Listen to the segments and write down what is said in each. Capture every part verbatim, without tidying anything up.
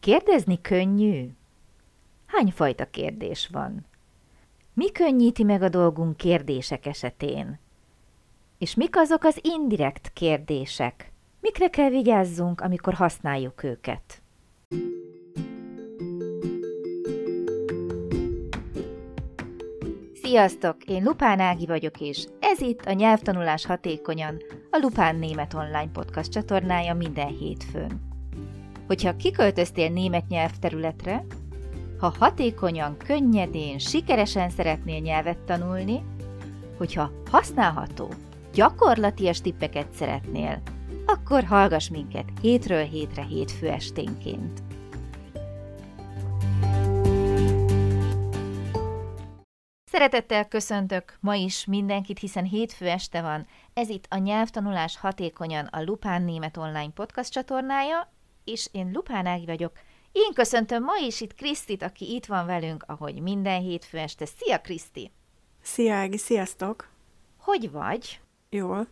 Kérdezni könnyű? Hányfajta kérdés van? Mi könnyíti meg a dolgunk kérdések esetén? És mik azok az indirekt kérdések? Mikre kell vigyázzunk, amikor használjuk őket? Sziasztok! Én Lupán Ági vagyok, és ez itt a Nyelvtanulás hatékonyan, a Lupán Német Online Podcast csatornája minden hétfőn. Hogyha kiköltöztél német nyelvterületre, ha hatékonyan, könnyedén, sikeresen szeretnél nyelvet tanulni, hogyha használható, gyakorlatias tippeket szeretnél, akkor hallgass minket hétről hétre hétfő esténként. Szeretettel köszöntök ma is mindenkit, hiszen hétfő este van. Ez itt a Nyelvtanulás hatékonyan, a Lupán Német Online Podcast csatornája, és én Lupán Ági vagyok. Én köszöntöm ma is itt Krisztit, aki itt van velünk, ahogy minden hétfő este. Szia, Kriszti! Szia, Ági, sziasztok! Hogy vagy? Jól.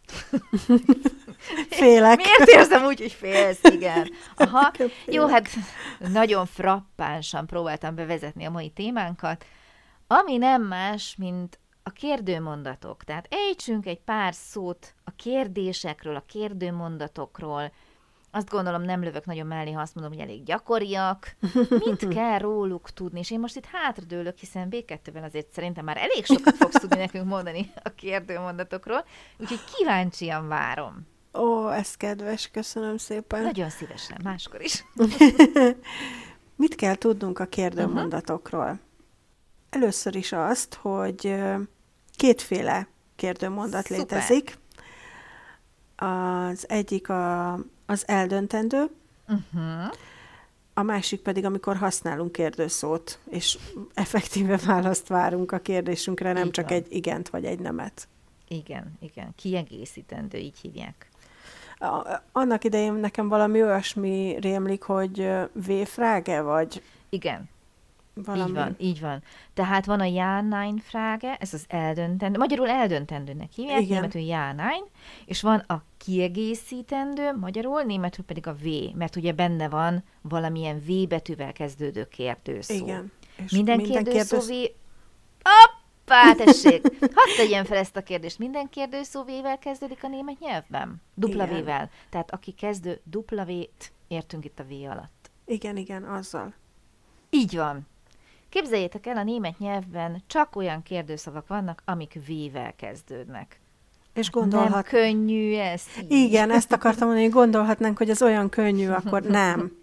Félek. Miért érzem úgy, hogy félsz? Igen. Aha. Jó, hát nagyon frappánsan próbáltam bevezetni a mai témánkat, ami nem más, mint a kérdőmondatok. Tehát ejtsünk egy pár szót a kérdésekről, a kérdőmondatokról. Azt gondolom, nem lövök nagyon mellé, ha azt mondom, hogy elég gyakoriak. Mit kell róluk tudni? És én most itt hátradőlök, hiszen bé kettőben azért szerintem már elég sokat fogsz tudni nekünk mondani a kérdőmondatokról, úgyhogy kíváncsian várom. Ó, ez kedves, köszönöm szépen. Nagyon szívesen, máskor is. Mit kell tudnunk a kérdőmondatokról? Uh-huh. Először is azt, hogy kétféle kérdőmondat Szuper. létezik. Az egyik a, az eldöntendő, uh-huh. a másik pedig, amikor használunk kérdőszót, és effektíve választ várunk a kérdésünkre, nem így csak van. Egy igent vagy egy nemet. Igen, igen. Kiegészítendő, így hívják. A, annak idején nekem valami olyasmi rémlik, hogy V-frage, vagy... Igen. Valami. Így van, így van. Tehát van a Ja-Nein-frage, ez az eldöntendő, magyarul eldöntendőnek hívják, igen. Németül Ja-Nein, és van a kiegészítendő, magyarul, németül pedig a V, mert ugye benne van valamilyen V betűvel kezdődő kérdőszó. Igen. És minden, minden kérdőszó kérdősz... V... Hoppá, tessék! Hadd tegyem fel ezt a kérdést. Minden kérdőszó V-vel kezdődik a német nyelvben? Dupla igen. V-vel. Tehát aki kezdő dupla V-t, értünk itt a V alatt. Igen, igen, azzal. Így van. Képzeljétek el, a német nyelvben csak olyan kérdőszavak vannak, amik V-vel kezdődnek. És gondolhat... Nem könnyű ez? Igen, ezt akartam mondani, hogy gondolhatnánk, hogy ez olyan könnyű, akkor nem.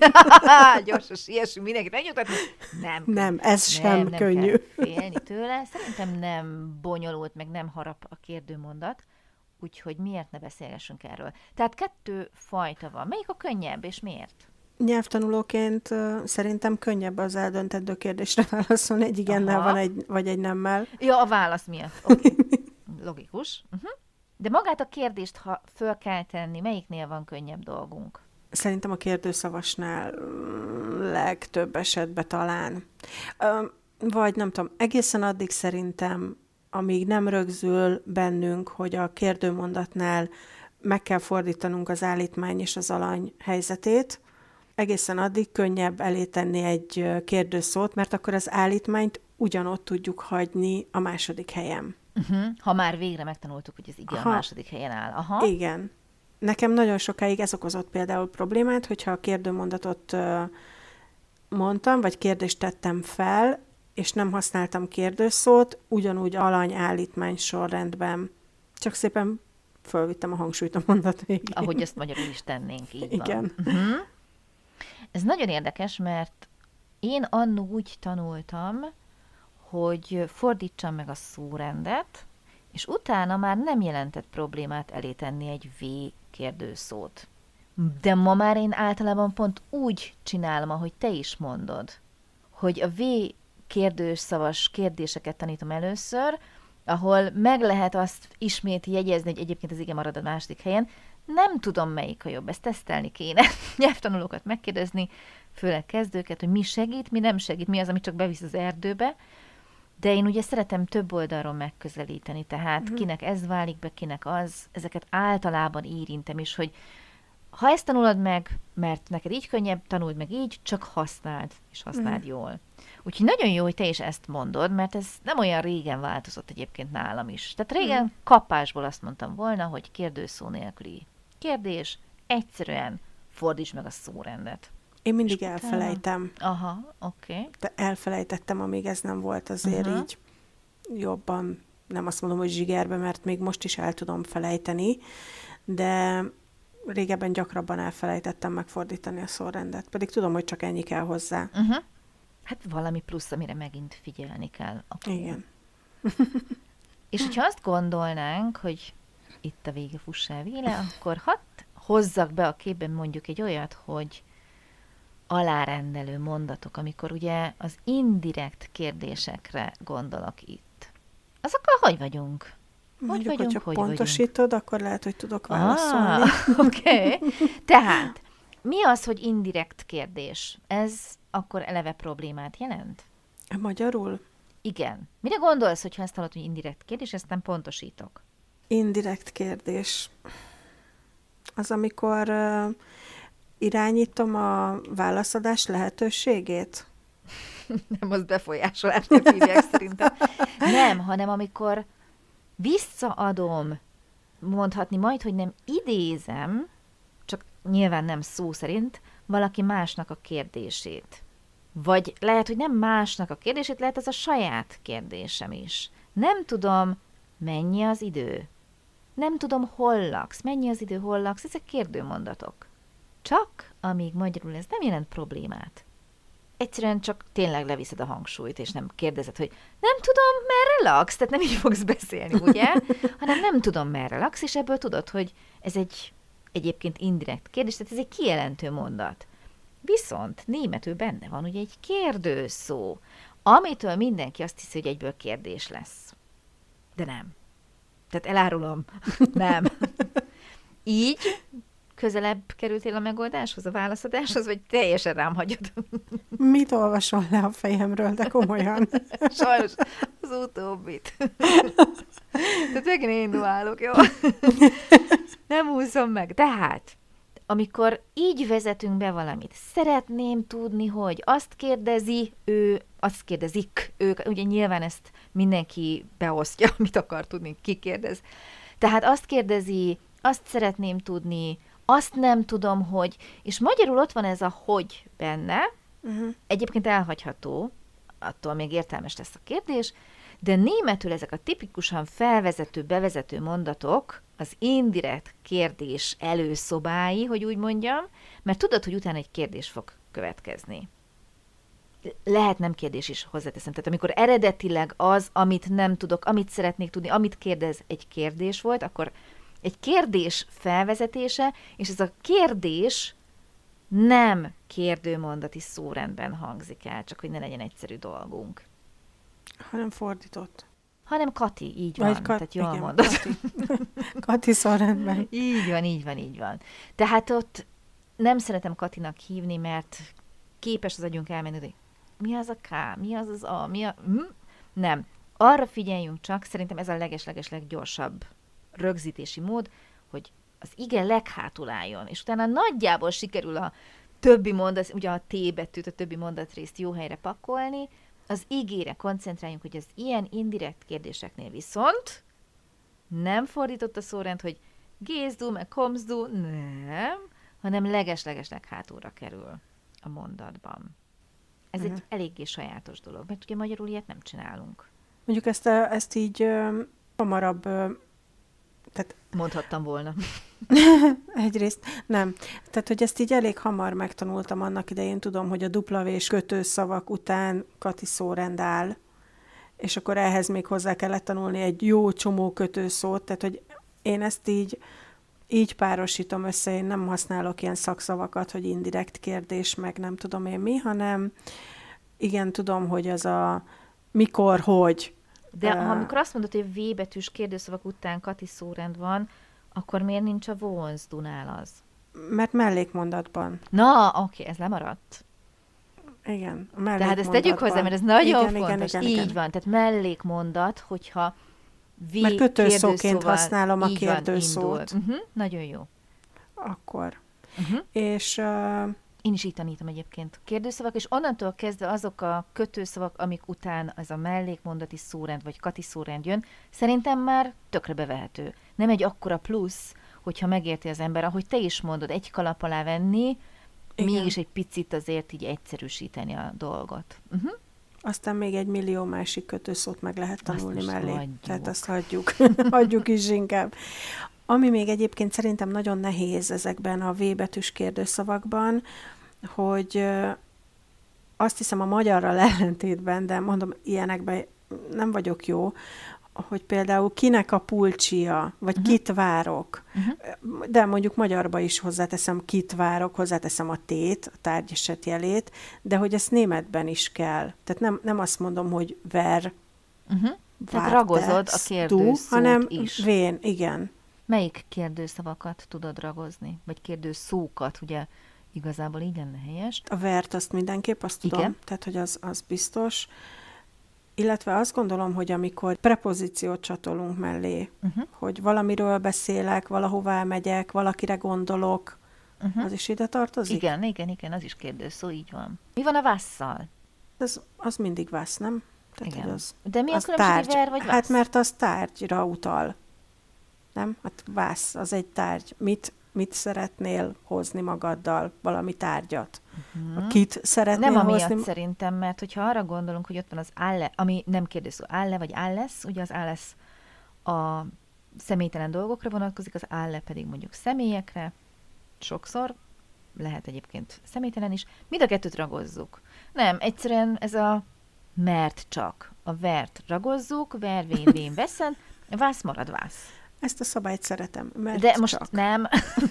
Gyorsos, ilyesmi, mindenkit megnyugtatni. Nem. Nem, ez sem nem, nem könnyű. Kell félni tőle. Szerintem nem bonyolult, meg nem harap a kérdőmondat, úgyhogy miért ne beszélgessünk erről. Tehát kettő fajta van. Melyik a könnyebb, és miért? Nyelvtanulóként uh, szerintem könnyebb az eldöntendő kérdésre válaszolni, egy igennel van egy, vagy egy nemmel. Ja, a válasz miatt. Okay. Logikus. Uh-huh. De magát a kérdést, ha föl kell tenni, melyiknél van könnyebb dolgunk? Szerintem a kérdőszavasnál legtöbb esetben talán. Uh, vagy nem tudom, egészen addig szerintem, amíg nem rögzül bennünk, hogy a kérdőmondatnál meg kell fordítanunk az állítmány és az alany helyzetét, egészen addig könnyebb elé tenni egy kérdőszót, mert akkor az állítmányt ugyanott tudjuk hagyni a második helyen. Uh-huh. Ha már végre megtanultuk, hogy ez igen a második helyen áll. Aha. Igen. Nekem nagyon sokáig ez okozott például problémát, hogyha a kérdőmondatot uh, mondtam, vagy kérdést tettem fel, és nem használtam kérdőszót, ugyanúgy alany állítmány sorrendben. Csak szépen fölvittem a hangsúlyt a mondat végén. Ahogy ezt magyarul is tennénk, így van. Igen. Uh-huh. Ez nagyon érdekes, mert én annó úgy tanultam, hogy fordítsam meg a szórendet, és utána már nem jelentett problémát elé tenni egy V kérdőszót. De ma már én általában pont úgy csinálom, ahogy te is mondod, hogy a V kérdőszavas kérdéseket tanítom először, ahol meg lehet azt ismét jegyezni, hogy egyébként az ige marad a második helyen. Nem tudom, melyik a jobb, ezt tesztelni kéne. Nyelvtanulókat megkérdezni, főleg kezdőket, hogy mi segít, mi nem segít, mi az, ami csak bevisz az erdőbe. De én ugye szeretem több oldalról megközelíteni, tehát uh-huh. kinek ez válik be, kinek az, ezeket általában érintem is, hogy ha ezt tanulod meg, mert neked így könnyebb, tanuld meg így, csak használd, és használd mm. jól. Úgyhogy nagyon jó, hogy te is ezt mondod, mert ez nem olyan régen változott egyébként nálam is. Tehát régen mm. kapásból azt mondtam volna, hogy kérdőszó nélküli kérdés, egyszerűen fordíts meg a szórendet. Én mindig elfelejtem. Aha, oké. Okay. De elfelejtettem, amíg ez nem volt azért uh-huh. így jobban, nem azt mondom, hogy zsigerbe, mert még most is el tudom felejteni, de régebben gyakrabban elfelejtettem megfordítani a sorrendet. Pedig tudom, hogy csak ennyi kell hozzá. Uh-huh. Hát valami plusz, amire megint figyelni kell. Akkor. Igen. És hogyha azt gondolnánk, hogy itt a vége, fuss el véle, akkor hadd hozzak be a képben mondjuk egy olyat, hogy alárendelő mondatok, amikor ugye az indirekt kérdésekre gondolok itt. Azokkal hogy vagyunk? Hogy mondjuk, vagyunk, hogyha hogy pontosítod, vagyunk? Akkor lehet, hogy tudok válaszolni. Ah, oké. Okay. Tehát, mi az, hogy indirekt kérdés? Ez akkor eleve problémát jelent? Magyarul? Igen. Mire gondolsz, hogyha ezt hallod, hogy indirekt kérdés, ezt nem pontosítok? Indirekt kérdés. Az, amikor uh, irányítom a válaszadás lehetőségét? Nem, az befolyásolásnak hívják szerintem. Nem, hanem amikor visszaadom, mondhatni majd, hogy nem idézem, csak nyilván nem szó szerint, valaki másnak a kérdését. Vagy lehet, hogy nem másnak a kérdését, lehet ez a saját kérdésem is. Nem tudom, mennyi az idő. Nem tudom, hol laksz, mennyi az idő, hol laksz, ezek kérdőmondatok. Csak, amíg magyarul ez nem jelent problémát. Egyszerűen csak tényleg leviszed a hangsúlyt, és nem kérdezed, hogy nem tudom, merre laksz, tehát nem így fogsz beszélni, ugye? Hanem nem tudom, merre laksz, és ebből tudod, hogy ez egy egyébként indirekt kérdés, tehát ez egy kijelentő mondat. Viszont németül benne van ugye egy kérdőszó, amitől mindenki azt hiszi, hogy egyből kérdés lesz. De nem. Tehát elárulom. Nem. Így közelebb kerültél a megoldáshoz, a válaszadáshoz, vagy teljesen rám hagyod? Mit olvasol le a fejemről, de komolyan? Sajnos az utóbbit. Tehát megint én indulálok, jó? Nem úszom meg. Tehát, amikor így vezetünk be valamit, szeretném tudni, hogy azt kérdezi ő, azt kérdezik ők, ugye nyilván ezt mindenki beosztja, mit akar tudni, ki kérdez. Tehát azt kérdezi, azt szeretném tudni, azt nem tudom, hogy, és magyarul ott van ez a hogy benne, uh-huh. Egyébként elhagyható, attól még értelmes lesz a kérdés, de németül ezek a tipikusan felvezető, bevezető mondatok, az indirekt kérdés előszobái, hogy úgy mondjam, mert tudod, hogy utána egy kérdés fog következni. Lehet nem kérdés is, hozzáteszem. Tehát amikor eredetileg az, amit nem tudok, amit szeretnék tudni, amit kérdez, egy kérdés volt, akkor egy kérdés felvezetése, és ez a kérdés nem kérdőmondati szórendben hangzik el, csak hogy ne legyen egyszerű dolgunk. Hanem fordított. Hanem Kati, így van. Kat- tehát jól igen, mondod. Kati, Kati szórendben. Így van, így van, így van. Tehát ott nem szeretem Katinak hívni, mert képes az agyunk elmenni, hogy mi az a K, mi az az A, mi a... Hm? Nem. Arra figyeljünk csak, szerintem ez a leges-leges leggyorsabb rögzítési mód, hogy az ige leghátul álljon, és utána nagyjából sikerül a többi mondat, ugye a T betűt, a többi mondatrészt jó helyre pakolni, az igére koncentráljunk, hogy az ilyen indirekt kérdéseknél viszont nem fordított a szórend, hogy gehst du, meg kommst du, nem, hanem leges-leges leghátulra kerül a mondatban. Ez uh-huh. egy eléggé sajátos dolog, mert ugye magyarul ilyet nem csinálunk. Mondjuk ezt, a, ezt így ö, hamarabb ö, tehát... mondhattam volna. Egyrészt nem. Tehát, hogy ezt így elég hamar megtanultam annak idején, tudom, hogy a duplavés kötőszavak után Kati szórend áll, és akkor ehhez még hozzá kellett tanulni egy jó csomó kötőszót, tehát, hogy én ezt így, így párosítom össze, én nem használok ilyen szakszavakat, hogy indirekt kérdés, meg nem tudom én mi, hanem igen, tudom, hogy az a mikor, hogy. De uh, ha amikor azt mondod, hogy V betűs kérdőszavak után Kati szórend van, akkor miért nincs a vonzdunál az? Mert mellékmondatban. Na, oké, ez lemaradt. Igen, a Tehát ezt tegyük hozzá, mert ez nagyon igen, fontos. Igen, igen, így igen. van, tehát mellékmondat, hogyha V mert kötőszóként használom a kérdőszót. Uh-huh, nagyon jó. Akkor. Uh-huh. És... Uh, Én is így tanítom egyébként. Kérdőszavak, és onnantól kezdve azok a kötőszavak, amik után az a mellékmondati szórend, vagy kati szórend jön, szerintem már tökre bevehető. Nem egy akkora plusz, hogyha megérti az ember, ahogy te is mondod, egy kalap alá venni, igen. Mégis egy picit azért így egyszerűsíteni a dolgot. Uh-huh. Aztán még egy millió másik kötőszót meg lehet tanulni mellé. Hagyjuk. Tehát azt hagyjuk. hagyjuk is inkább. Ami még egyébként szerintem nagyon nehéz ezekben a V betűs kérdőszavakban, hogy azt hiszem a magyarral ellentétben, de mondom, ilyenekben nem vagyok jó, hogy például kinek a pulcsia, vagy uh-huh. kit várok. Uh-huh. De mondjuk magyarba is hozzáteszem kit várok, hozzáteszem a tét, a tárgyeset jelét, de hogy ezt németben is kell. Tehát nem, nem azt mondom, hogy ver, uh-huh. Tehát ragozod a kérdőszót hanem is. Vén, igen. Melyik kérdőszavakat tudod ragozni? Vagy kérdőszókat, ugye igazából így lenne helyes. A vert azt mindenképp, azt tudom, igen. Tehát hogy az, az biztos. Illetve azt gondolom, hogy amikor prepozíciót csatolunk mellé, uh-huh. hogy valamiről beszélek, valahová megyek, valakire gondolok, uh-huh. az is ide tartozik? Igen, igen, igen, az is kérdőszó, így van. Mi van a vásszal? Ez, az mindig vász, nem? Tehát, igen. Az, de mi a különbség, ver vagy vász? Hát mert az tárgyra utal. Nem? Hát vász, az egy tárgy. Mit, mit szeretnél hozni magaddal? Valami tárgyat. Uh-huh. Kit szeretnél nem hozni? Nem amiatt szerintem, mert hogyha arra gondolunk, hogy ott van az álle, ami nem kérdőszó, álle vagy állesz, ugye az állesz a személytelen dolgokra vonatkozik, az álle pedig mondjuk személyekre, sokszor, lehet egyébként személytelen is, mind a kettőt ragozzuk. Nem, egyszerűen ez a mert csak. A vert ragozzuk, ver, vén, vén, veszen, vász marad vász. Ezt a szabályt szeretem, mert de most csak. nem.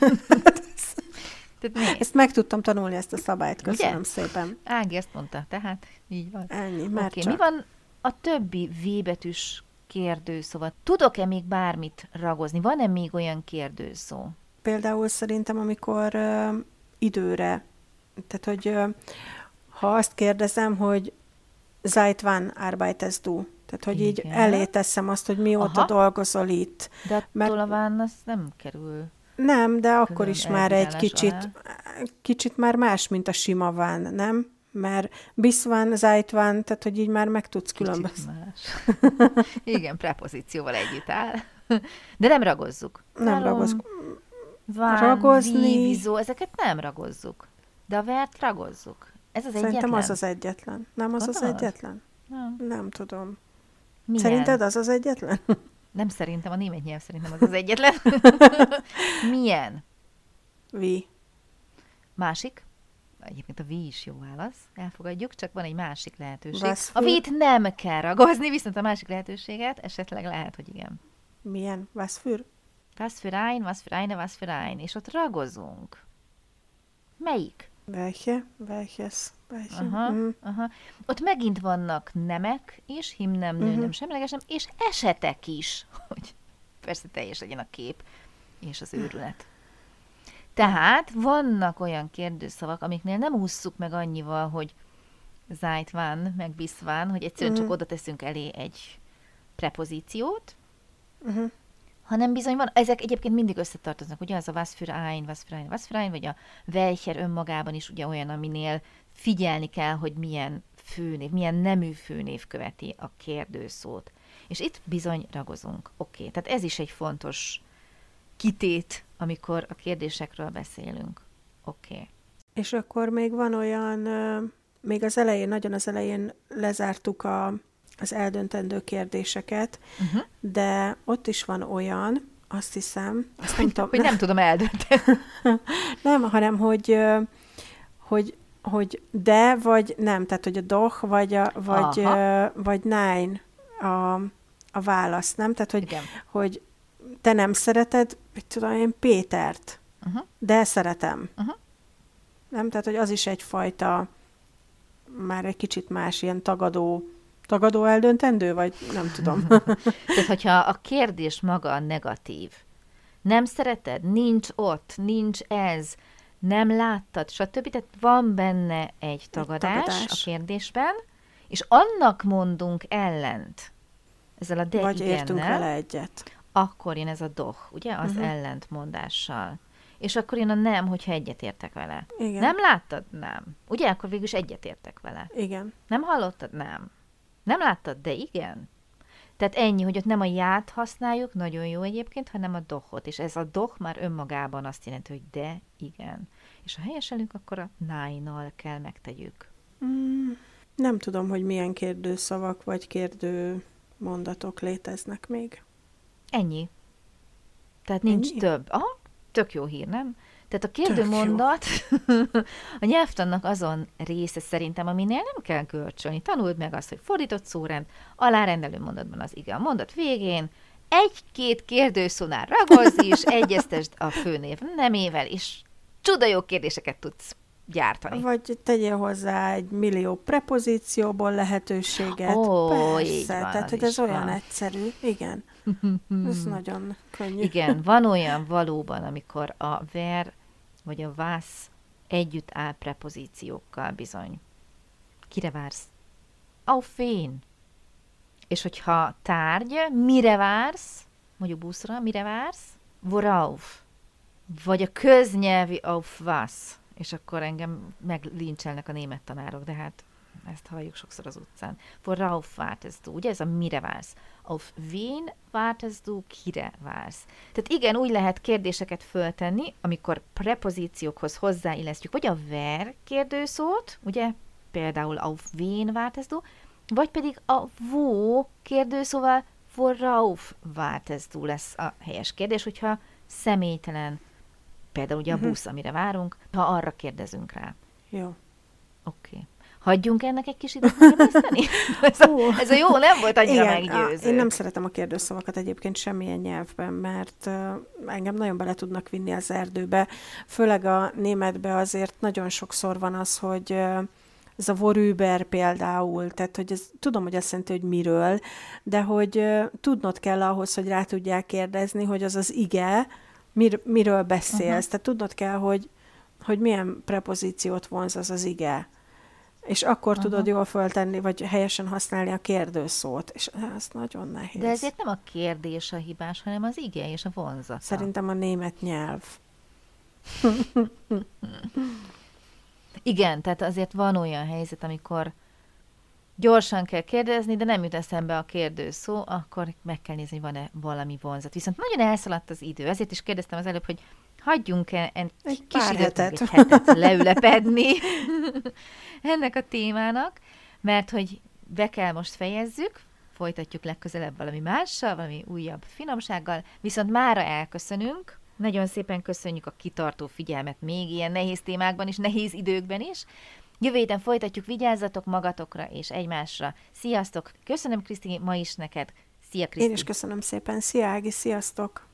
Ezt meg tudtam tanulni, ezt a szabályt. Köszönöm ugye? Szépen. Ági ezt mondta, tehát így van. Ennyi, mert okay, csak. Mi van a többi V betűs kérdőszóval? Tudok-e még bármit ragozni? Van-e még olyan kérdőszó? Például szerintem, amikor uh, időre, tehát, hogy uh, ha azt kérdezem, hogy seit wann arbeitest du? Tehát, hogy igen. így elé teszem azt, hogy mióta aha. dolgozol itt. De attól mert... a van, az nem kerül. Nem, de akkor is már egy kicsit, alá. kicsit már más, mint a sima van, nem? Mert bis van, seit van, tehát, hogy így már meg tudsz különböztetni. Igen, prepozícióval együtt áll. De nem ragozzuk. Nem ragozzuk. Van, ragozni. Vízó, ezeket nem ragozzuk. De a vert ragozzuk. Ez az Szerintem egyetlen? az az egyetlen. Nem az Gondolod? Az egyetlen? Nem. Nem tudom. Milyen? Szerinted az az egyetlen? Nem szerintem, a német nyelv szerintem az az egyetlen. Milyen? Vi. Másik? Egyébként a vi is jó válasz, elfogadjuk, csak van egy másik lehetőség. Vaszfür. A vit nem kell ragozni, viszont a másik lehetőséget esetleg lehet, hogy igen. Milyen? Was für? Was für ein, was für eine, was für ein. És ott ragozunk. Melyik? Welche? Welches? Welche? Aha, mm. aha. Ott megint vannak nemek is, him, nem, nő, uh-huh. nem, semleges nem, és esetek is, hogy persze teljes legyen a kép, és az őrület. Tehát vannak olyan kérdőszavak, amiknél nem ússzuk meg annyival, hogy seit wann, meg bis wann, hogy egyszerűen uh-huh. csak oda teszünk elé egy prepozíciót, uh-huh. hanem bizony van, ezek egyébként mindig összetartoznak, ugye az a was für ein, was für ein, was für ein, vagy a welcher önmagában is ugye olyan, aminél figyelni kell, hogy milyen főnév, milyen nemű főnév követi a kérdőszót. És itt bizony ragozunk. Oké, okay. Tehát ez is egy fontos kitét, amikor a kérdésekről beszélünk. Oké. Okay. És akkor még van olyan, még az elején, nagyon az elején lezártuk a, az eldöntendő kérdéseket, uh-huh. de ott is van olyan, azt hiszem, azt nem tudom, hogy nem tudom eldönteni. Nem, hanem, hogy, hogy, hogy de, vagy nem, tehát, hogy a doch, vagy, a, vagy, vagy nein a, a válasz, nem? Tehát, hogy, hogy te nem szereted, mit tudom én, Pétert, uh-huh. de szeretem. Uh-huh. Nem? Tehát, hogy az is egyfajta már egy kicsit más, ilyen tagadó, tagadó eldöntendő, vagy nem tudom. Tehát, hogyha a kérdés maga negatív, nem szereted, nincs ott, nincs ez, nem láttad, stb. Tehát van benne egy tagadás, egy tagadás a kérdésben, és annak mondunk ellent, ezzel a de vagy igennel, értünk vele egyet. akkor jön ez a doch, ugye, az uh-huh. ellentmondással. és akkor én a nem, hogyha egyetértek vele. Igen. Nem láttad? Nem. Ugye, akkor végül is egyetértek vele. Igen. Nem hallottad? Nem. Nem láttad? De igen. Tehát ennyi, hogy ott nem a ját használjuk, nagyon jó egyébként, hanem a dohot. És ez a doh már önmagában azt jelenti, hogy de, igen. És ha helyeselünk, akkor a nine-nal kell megtegyük. Mm, nem tudom, hogy milyen kérdőszavak vagy kérdő mondatok léteznek még. Ennyi. Tehát nincs Ennyi? több. Aha, tök jó hír, nem? Tehát a Tök kérdőmondat a nyelvtannak azon része szerintem, aminél nem kell görcsölni. Tanuld meg azt, hogy fordított szórend, alárendelő mondatban az ige. A mondat végén egy-két kérdőszónál ragozz is, egyeztesd a főnév nemével, és csuda jó kérdéseket tudsz gyártani. Vagy tegyél hozzá egy millió prepozícióból lehetőséget. Ó, Persze, így van, tehát az hogy is ez olyan van. egyszerű. Igen. Ez nagyon könnyű. Igen, van olyan valóban, amikor a ver vagy a vász együtt áll prepozíciókkal bizony. Kire vársz? Auf wen? És hogyha tárgy, mire vársz? Mondjuk buszra, mire vársz? Worauf? Vagy a köznyelvi auf was? És akkor engem meglincselnek a német tanárok, de hát ezt halljuk sokszor az utcán. Worauf wartest du? Ugye ez a mire vársz? Auf wen wartest du? Kire vársz? Tehát igen, úgy lehet kérdéseket föltenni, amikor prepozíciókhoz hozzáillesztjük, vagy a where kérdőszót, ugye például auf wen wartest du, vagy pedig a wo kérdőszóval worauf wartest du lesz a helyes kérdés, hogyha személytelen, például ugye a busz, amire várunk, ha arra kérdezünk rá. Jó. Oké. Okay. Hagyjunk ennek egy kis időt megemészteni? ez, a, ez a jó nem volt annyira Igen, meggyőző. A, én nem szeretem a kérdőszavakat egyébként semmilyen nyelvben, mert uh, engem nagyon bele tudnak vinni az erdőbe. Főleg a németbe azért nagyon sokszor van az, hogy uh, ez a worüber például, tehát hogy ez, tudom, hogy azt jelenti, hogy miről, de hogy uh, tudnod kell ahhoz, hogy rá tudják kérdezni, hogy az az ige, mir, miről beszélsz. Uh-huh. Tehát tudnod kell, hogy, hogy milyen prepozíciót vonz az az ige. És akkor uh-huh. tudod jól föltenni, vagy helyesen használni a kérdőszót. És ez nagyon nehéz. De ezért nem a kérdés a hibás, hanem az ige és a vonzata. Szerintem a német nyelv. Igen, tehát azért van olyan helyzet, amikor gyorsan kell kérdezni, de nem jut eszembe a kérdőszó, akkor meg kell nézni, hogy van-e valami vonzat. Viszont nagyon elszaladt az idő, ezért is kérdeztem az előbb, hogy hagyjunk-e egy, egy kis pár időt, hetet. egy hetet leülepedni ennek a témának, mert hogy be kell most fejezzük, folytatjuk legközelebb valami mással, valami újabb finomsággal, viszont mára elköszönünk. Nagyon szépen köszönjük a kitartó figyelmet még ilyen nehéz témákban is, nehéz időkben is. Jövő héten folytatjuk, vigyázzatok magatokra és egymásra. Sziasztok! Köszönöm, Kriszti, ma is neked. Szia, Kriszti! Én is köszönöm szépen. Szia, Ági, sziasztok!